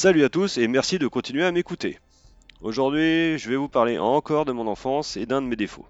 Salut à tous et merci de continuer à m'écouter. Aujourd'hui, je vais vous parler encore de mon enfance et d'un de mes défauts.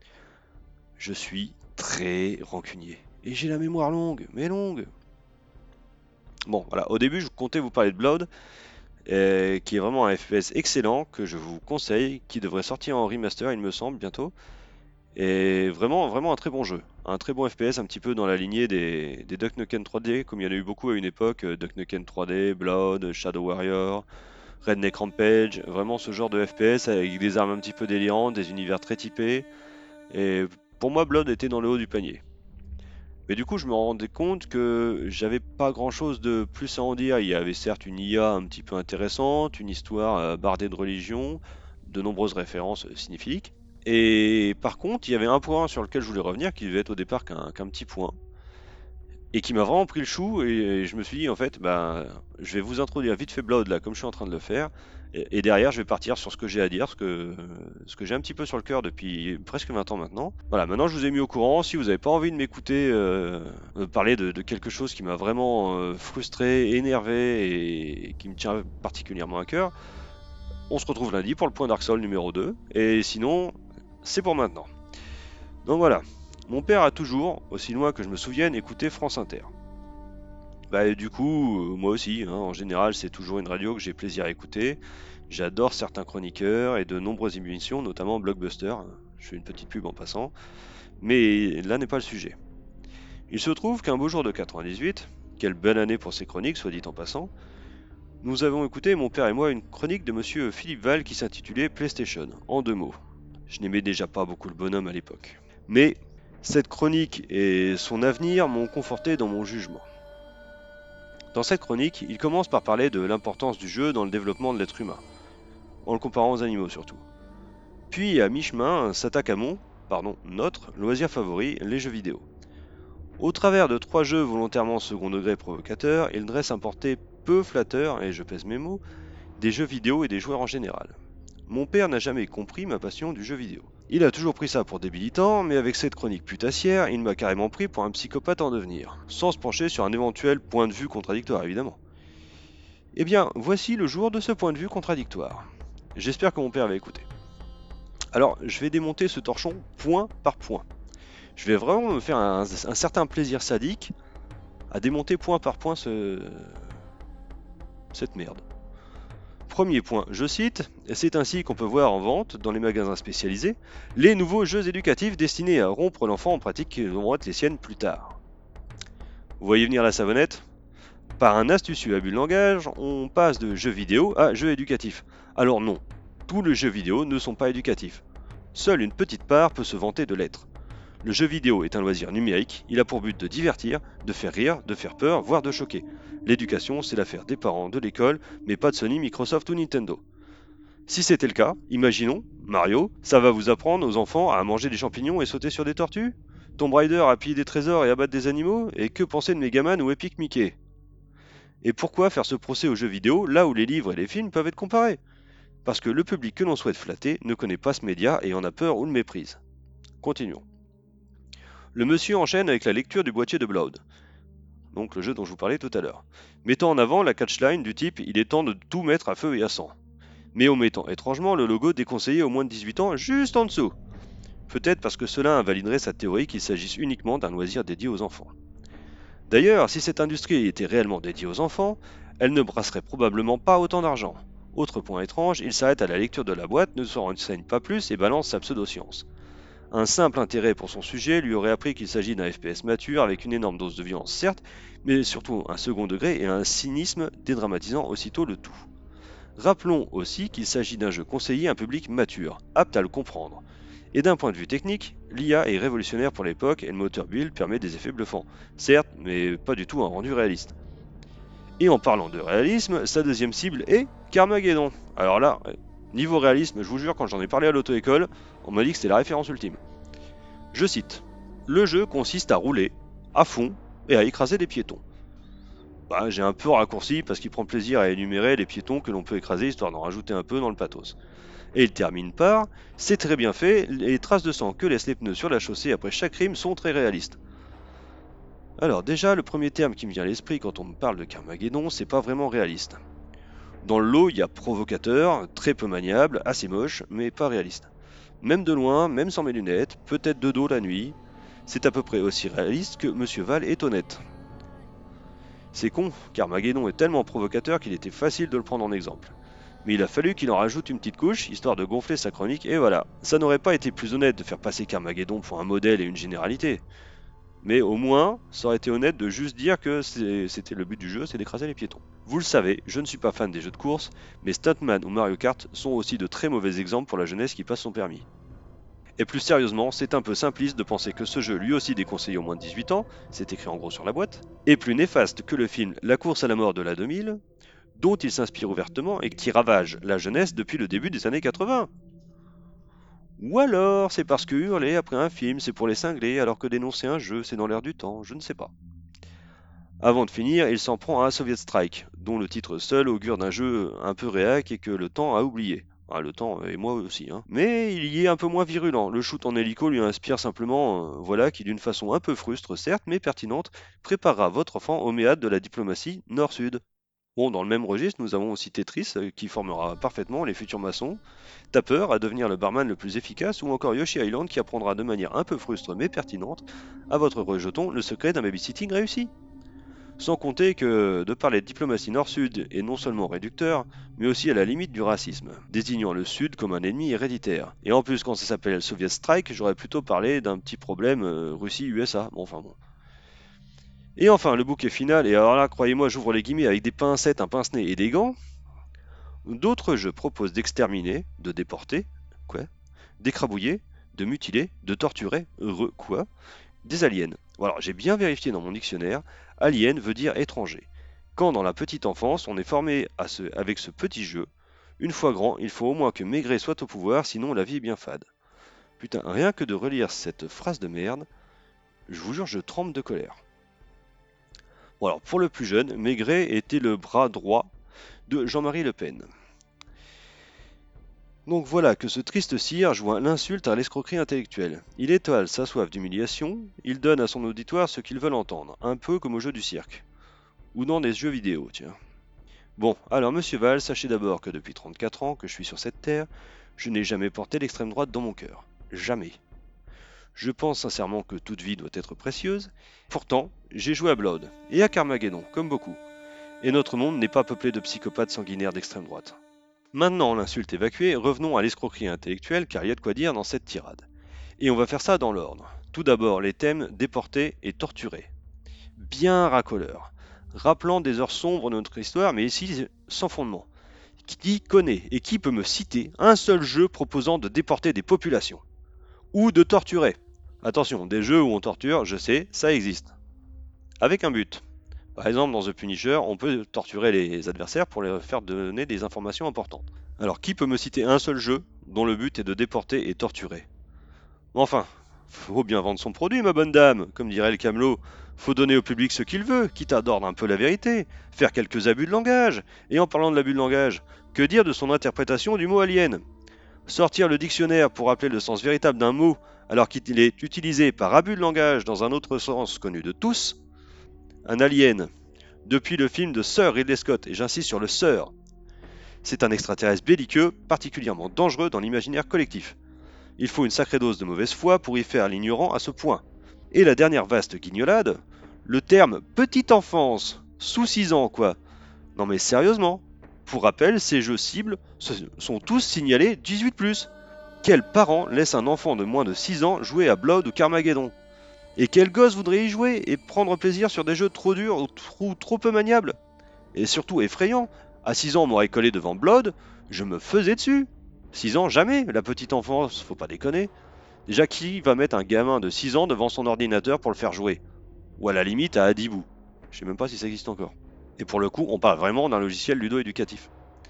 Je suis très rancunier et j'ai la mémoire longue, mais longue. Bon, voilà, au début, je comptais vous parler de Blood, qui est vraiment un FPS excellent que je vous conseille, qui devrait sortir en remaster, il me semble, bientôt. Et vraiment, vraiment un très bon jeu. Un très bon FPS, un petit peu dans la lignée des Duck Nukem 3D, comme il y en a eu beaucoup à une époque, Duck Nukem 3D, Blood, Shadow Warrior, Redneck Rampage, vraiment ce genre de FPS avec des armes un petit peu délirantes, des univers très typés. Et pour moi, Blood était dans le haut du panier. Mais du coup, je me rendais compte que j'avais pas grand chose de plus à en dire. Il y avait certes une IA un petit peu intéressante, une histoire bardée de religion, de nombreuses références signifiques. Et par contre, il y avait un point sur lequel je voulais revenir qui devait être au départ qu'un petit point et qui m'a vraiment pris le chou et je me suis dit en fait bah je vais vous introduire vite fait Blood là comme je suis en train de le faire et derrière je vais partir sur ce que j'ai à dire, ce que j'ai un petit peu sur le cœur depuis presque 20 ans maintenant. Voilà, maintenant je vous ai mis au courant. Si vous n'avez pas envie de m'écouter me parler de quelque chose qui m'a vraiment frustré, énervé et qui me tient particulièrement à cœur, on se retrouve lundi pour le point Dark Souls numéro 2 et sinon c'est pour maintenant. Donc voilà, mon père a toujours, aussi loin que je me souvienne, écouté France Inter. Bah, et du coup, moi aussi, hein, en général, c'est toujours une radio que j'ai plaisir à écouter. J'adore certains chroniqueurs et de nombreuses émissions, notamment Blockbuster. Je fais une petite pub en passant. Mais là n'est pas le sujet. Il se trouve qu'un beau jour de 98, quelle belle année pour ces chroniques, soit dit en passant, nous avons écouté, mon père et moi, une chronique de monsieur Philippe Val qui s'intitulait PlayStation, en deux mots. Je n'aimais déjà pas beaucoup le bonhomme à l'époque. Mais cette chronique et son avenir m'ont conforté dans mon jugement. Dans cette chronique, il commence par parler de l'importance du jeu dans le développement de l'être humain, en le comparant aux animaux surtout. Puis, à mi-chemin, s'attaque à notre loisir favori, les jeux vidéo. Au travers de trois jeux volontairement second degré provocateurs, il dresse un portrait peu flatteur, et je pèse mes mots, des jeux vidéo et des joueurs en général. Mon père n'a jamais compris ma passion du jeu vidéo. Il a toujours pris ça pour débilitant, mais avec cette chronique putassière, il m'a carrément pris pour un psychopathe en devenir, sans se pencher sur un éventuel point de vue contradictoire évidemment. Eh bien, voici le jour de ce point de vue contradictoire. J'espère que mon père va écouter. Alors, je vais démonter ce torchon point par point. Je vais vraiment me faire un certain plaisir sadique à démonter point par point cette merde. Premier point, je cite, c'est ainsi qu'on peut voir en vente, dans les magasins spécialisés, les nouveaux jeux éducatifs destinés à rompre l'enfant en pratique qui devront être les siennes plus tard. Vous voyez venir la savonnette? Par un astucieux abus de langage, on passe de jeux vidéo à jeux éducatifs. Alors non, tous les jeux vidéo ne sont pas éducatifs. Seule une petite part peut se vanter de l'être. Le jeu vidéo est un loisir numérique, il a pour but de divertir, de faire rire, de faire peur, voire de choquer. L'éducation, c'est l'affaire des parents, de l'école, mais pas de Sony, Microsoft ou Nintendo. Si c'était le cas, imaginons, Mario, ça va vous apprendre aux enfants à manger des champignons et sauter sur des tortues? Tomb Raider à piller des trésors et abattre des animaux? Et que penser de Megaman ou Epic Mickey? Et pourquoi faire ce procès aux jeux vidéo là où les livres et les films peuvent être comparés? Parce que le public que l'on souhaite flatter ne connaît pas ce média et en a peur ou le méprise. Continuons. Le monsieur enchaîne avec la lecture du boîtier de Blood, donc le jeu dont je vous parlais tout à l'heure, mettant en avant la catchline du type il est temps de tout mettre à feu et à sang, mais omettant étrangement le logo déconseillé aux moins de 18 ans juste en dessous. Peut-être parce que cela invaliderait sa théorie qu'il s'agisse uniquement d'un loisir dédié aux enfants. D'ailleurs, si cette industrie était réellement dédiée aux enfants, elle ne brasserait probablement pas autant d'argent. Autre point étrange, il s'arrête à la lecture de la boîte, ne s'en renseigne pas plus et balance sa pseudo-science. Un simple intérêt pour son sujet lui aurait appris qu'il s'agit d'un FPS mature avec une énorme dose de violence certes, mais surtout un second degré et un cynisme dédramatisant aussitôt le tout. Rappelons aussi qu'il s'agit d'un jeu conseillé à un public mature, apte à le comprendre. Et d'un point de vue technique, l'IA est révolutionnaire pour l'époque et le moteur build permet des effets bluffants, certes, mais pas du tout un rendu réaliste. Et en parlant de réalisme, sa deuxième cible est Carmageddon. Alors là, niveau réalisme, je vous jure, quand j'en ai parlé à l'auto-école, on m'a dit que c'était la référence ultime. Je cite, le jeu consiste à rouler, à fond, et à écraser des piétons. Bah, j'ai un peu raccourci parce qu'il prend plaisir à énumérer les piétons que l'on peut écraser histoire d'en rajouter un peu dans le pathos. Et il termine par c'est très bien fait, les traces de sang que laissent les pneus sur la chaussée après chaque crime sont très réalistes. Alors déjà, le premier terme qui me vient à l'esprit quand on me parle de Carmageddon, c'est pas vraiment réaliste. Dans le lot, il y a provocateur, très peu maniable, assez moche, mais pas réaliste. Même de loin, même sans mes lunettes, peut-être de dos la nuit, c'est à peu près aussi réaliste que Monsieur Val est honnête. C'est con, car Maguédon est tellement provocateur qu'il était facile de le prendre en exemple. Mais il a fallu qu'il en rajoute une petite couche, histoire de gonfler sa chronique, et voilà. Ça n'aurait pas été plus honnête de faire passer Carmageddon pour un modèle et une généralité. Mais au moins, ça aurait été honnête de juste dire que c'était le but du jeu, c'est d'écraser les piétons. Vous le savez, je ne suis pas fan des jeux de course, mais Stuntman ou Mario Kart sont aussi de très mauvais exemples pour la jeunesse qui passe son permis. Et plus sérieusement, c'est un peu simpliste de penser que ce jeu, lui aussi déconseillé aux moins de 18 ans, c'est écrit en gros sur la boîte, est plus néfaste que le film La course à la mort de la 2000, dont il s'inspire ouvertement et qui ravage la jeunesse depuis le début des années 80. Ou alors, c'est parce que hurler après un film, c'est pour les cinglés, alors que dénoncer un jeu, c'est dans l'air du temps, je ne sais pas. Avant de finir, il s'en prend à un Soviet Strike, dont le titre seul augure d'un jeu un peu réac et que le temps a oublié. Ah, le temps, et moi aussi, hein. Mais il y est un peu moins virulent. Le shoot en hélico lui inspire simplement, voilà, qui d'une façon un peu frustre, certes, mais pertinente, préparera votre enfant au méade de la diplomatie nord-sud. Bon, dans le même registre, nous avons aussi Tetris, qui formera parfaitement les futurs maçons, Tapper à devenir le barman le plus efficace, ou encore Yoshi Island qui apprendra de manière un peu frustre mais pertinente à votre rejeton le secret d'un babysitting réussi. Sans compter que, de par les diplomaties nord-sud est non seulement réducteur, mais aussi à la limite du racisme, désignant le sud comme un ennemi héréditaire. Et en plus, quand ça s'appelle Soviet Strike, j'aurais plutôt parlé d'un petit problème Russie-USA. Bon, enfin bon. Et enfin, le bouquet final, et alors là, croyez-moi, j'ouvre les guillemets avec des pincettes, un pince-nez et des gants. D'autres jeux proposent d'exterminer, de déporter, quoi, d'écrabouiller, de mutiler, de torturer, quoi, des aliens. Voilà, j'ai bien vérifié dans mon dictionnaire, alien veut dire étranger. Quand dans la petite enfance, on est formé avec ce petit jeu, une fois grand, il faut au moins que Maigret soit au pouvoir, sinon la vie est bien fade. Putain, rien que de relire cette phrase de merde, je vous jure, je tremble de colère. Bon alors, pour le plus jeune, Maigret était le bras droit de Jean-Marie Le Pen. Donc voilà que ce triste sire joint l'insulte à l'escroquerie intellectuelle. Il étale sa soif d'humiliation, il donne à son auditoire ce qu'ils veulent entendre, un peu comme au jeu du cirque. Ou dans des jeux vidéo, tiens. Bon, alors monsieur Val, sachez d'abord que depuis 34 ans que je suis sur cette terre, je n'ai jamais porté l'extrême droite dans mon cœur. Jamais. Je pense sincèrement que toute vie doit être précieuse. Pourtant, j'ai joué à Blood et à Carmageddon, comme beaucoup. Et notre monde n'est pas peuplé de psychopathes sanguinaires d'extrême droite. Maintenant l'insulte évacuée, revenons à l'escroquerie intellectuelle car il y a de quoi dire dans cette tirade. Et on va faire ça dans l'ordre. Tout d'abord les thèmes déportés et torturés. Bien racoleurs, rappelant des heures sombres de notre histoire, mais ici sans fondement. Qui connaît et qui peut me citer un seul jeu proposant de déporter des populations ou de torturer? Attention, des jeux où on torture, je sais, ça existe. Avec un but. Par exemple, dans The Punisher, on peut torturer les adversaires pour leur faire donner des informations importantes. Alors, qui peut me citer un seul jeu dont le but est de déporter et torturer? Enfin, faut bien vendre son produit, ma bonne dame, comme dirait le camelot. Faut donner au public ce qu'il veut, quitte à d'ordre un peu la vérité, faire quelques abus de langage. Et en parlant de l'abus de langage, que dire de son interprétation du mot alien? Sortir le dictionnaire pour rappeler le sens véritable d'un mot alors qu'il est utilisé par abus de langage dans un autre sens connu de tous? Un alien, depuis le film de Sir Ridley Scott, et j'insiste sur le Sir, c'est un extraterrestre belliqueux particulièrement dangereux dans l'imaginaire collectif. Il faut une sacrée dose de mauvaise foi pour y faire l'ignorant à ce point. Et la dernière vaste guignolade, le terme petite enfance, sous 6 ans quoi. Non mais sérieusement, pour rappel, ces jeux cibles sont tous signalés 18+. Quel parent laisse un enfant de moins de 6 ans jouer à Blood ou Carmageddon? Et quel gosse voudrait y jouer et prendre plaisir sur des jeux trop durs ou trop peu maniables? Et surtout effrayant, à 6 ans on m'aurait collé devant Blood, je me faisais dessus. 6 ans, jamais, la petite enfance, faut pas déconner. Déjà, qui va mettre un gamin de 6 ans devant son ordinateur pour le faire jouer? Ou à la limite à Adibou. Je sais même pas si ça existe encore. Et pour le coup, on parle vraiment d'un logiciel ludo-éducatif.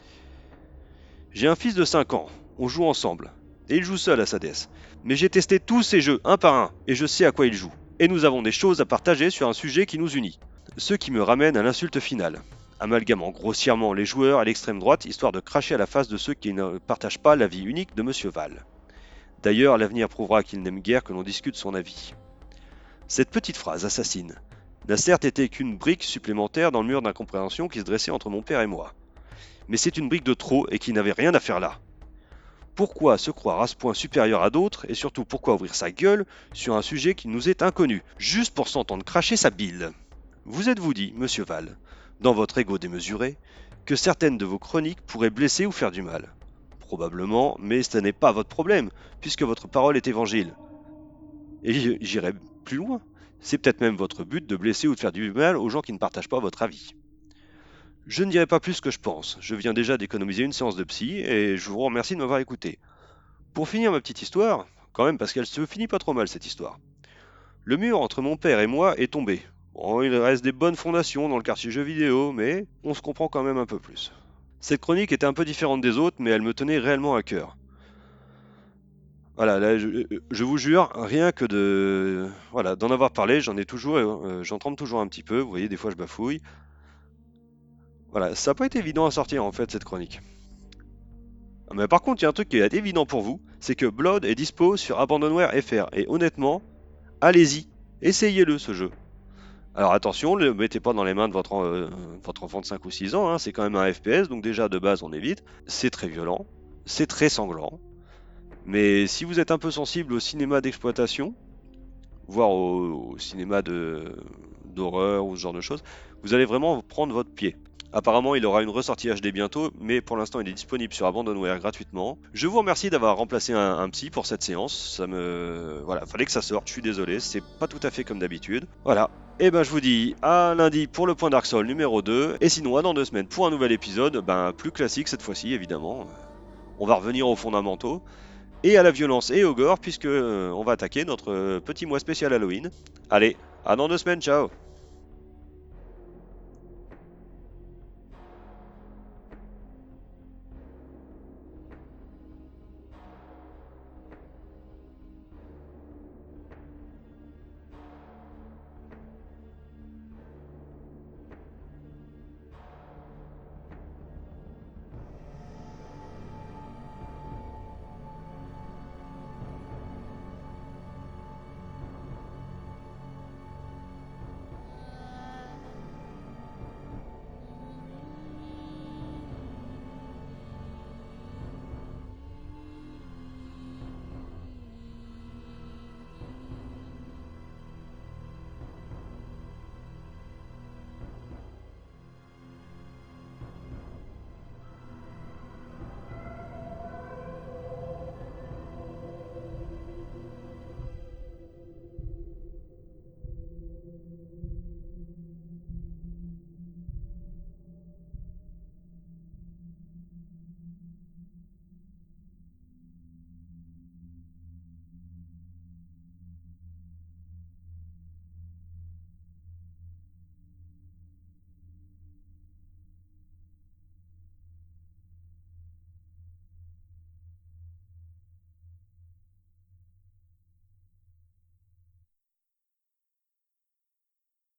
J'ai un fils de 5 ans, on joue ensemble. Et il joue seul à sa DS. Mais j'ai testé tous ces jeux un par un, et je sais à quoi il joue. Et nous avons des choses à partager sur un sujet qui nous unit. Ce qui me ramène à l'insulte finale, amalgamant grossièrement les joueurs à l'extrême droite histoire de cracher à la face de ceux qui ne partagent pas l'avis unique de Monsieur Val. D'ailleurs, l'avenir prouvera qu'il n'aime guère que l'on discute son avis. Cette petite phrase assassine n'a certes été qu'une brique supplémentaire dans le mur d'incompréhension qui se dressait entre mon père et moi. mais c'est une brique de trop et qui n'avait rien à faire là. Pourquoi se croire à ce point supérieur à d'autres et surtout pourquoi ouvrir sa gueule sur un sujet qui nous est inconnu, juste pour s'entendre cracher sa bile? Vous êtes-vous dit, monsieur Val, dans votre ego démesuré, que certaines de vos chroniques pourraient blesser ou faire du mal? Probablement, mais ce n'est pas votre problème, puisque votre parole est évangile. Et j'irai plus loin. C'est peut-être même votre but de blesser ou de faire du mal aux gens qui ne partagent pas votre avis. Je ne dirai pas plus que je pense, je viens déjà d'économiser une séance de psy et je vous remercie de m'avoir écouté. Pour finir ma petite histoire, quand même parce qu'elle se finit pas trop mal cette histoire. Le mur entre mon père et moi est tombé. Bon, il reste des bonnes fondations dans le quartier jeux vidéo, mais on se comprend quand même un peu plus. Cette chronique était un peu différente des autres, mais elle me tenait réellement à cœur. Voilà, là, je vous jure, rien que voilà, d'en avoir parlé, j'en tremble toujours un petit peu. Vous voyez, des fois je bafouille. Voilà, ça n'a pas été évident à sortir en fait cette chronique. Mais par contre, il y a un truc qui est évident pour vous, c'est que Blood est dispo sur Abandonware FR. Et honnêtement, allez-y, essayez-le ce jeu. Alors attention, ne le mettez pas dans les mains de votre enfant de 5 ou 6 ans, hein, c'est quand même un FPS, donc déjà de base on évite. C'est très violent, c'est très sanglant. Mais si vous êtes un peu sensible au cinéma d'exploitation, voire au cinéma d'horreur ou ce genre de choses, vous allez vraiment prendre votre pied. Apparemment, il aura une ressortie HD bientôt, mais pour l'instant, il est disponible sur Abandonware gratuitement. Je vous remercie d'avoir remplacé un psy pour cette séance. Voilà, fallait que ça sorte, je suis désolé, c'est pas tout à fait comme d'habitude. Voilà. Et ben, je vous dis à lundi pour le point Dark Souls numéro 2, et sinon à dans 2 semaines pour un nouvel épisode, ben plus classique cette fois-ci évidemment. On va revenir aux fondamentaux et à la violence et au gore puisque on va attaquer notre petit mois spécial Halloween. Allez, à dans 2 semaines, ciao!